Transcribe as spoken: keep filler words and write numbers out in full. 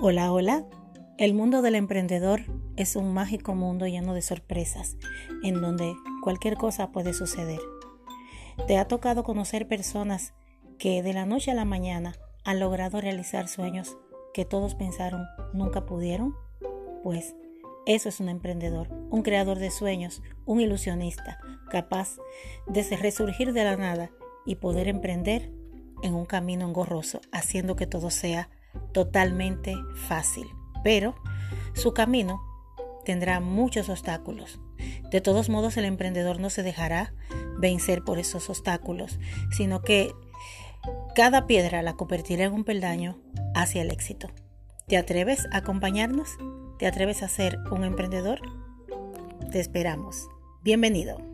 Hola, hola. El mundo del emprendedor es un mágico mundo lleno de sorpresas, en donde cualquier cosa puede suceder. ¿Te ha tocado conocer personas que de la noche a la mañana han logrado realizar sueños que todos pensaron nunca pudieron? Pues eso es un emprendedor, un creador de sueños, un ilusionista, capaz de resurgir de la nada y poder emprender en un camino engorroso, haciendo que todo sea totalmente fácil. Pero su camino tendrá muchos obstáculos. De todos modos, el emprendedor no se dejará vencer por esos obstáculos, sino que cada piedra la convertirá en un peldaño hacia el éxito. ¿Te atreves a acompañarnos? ¿Te atreves a ser un emprendedor? Te esperamos. Bienvenido.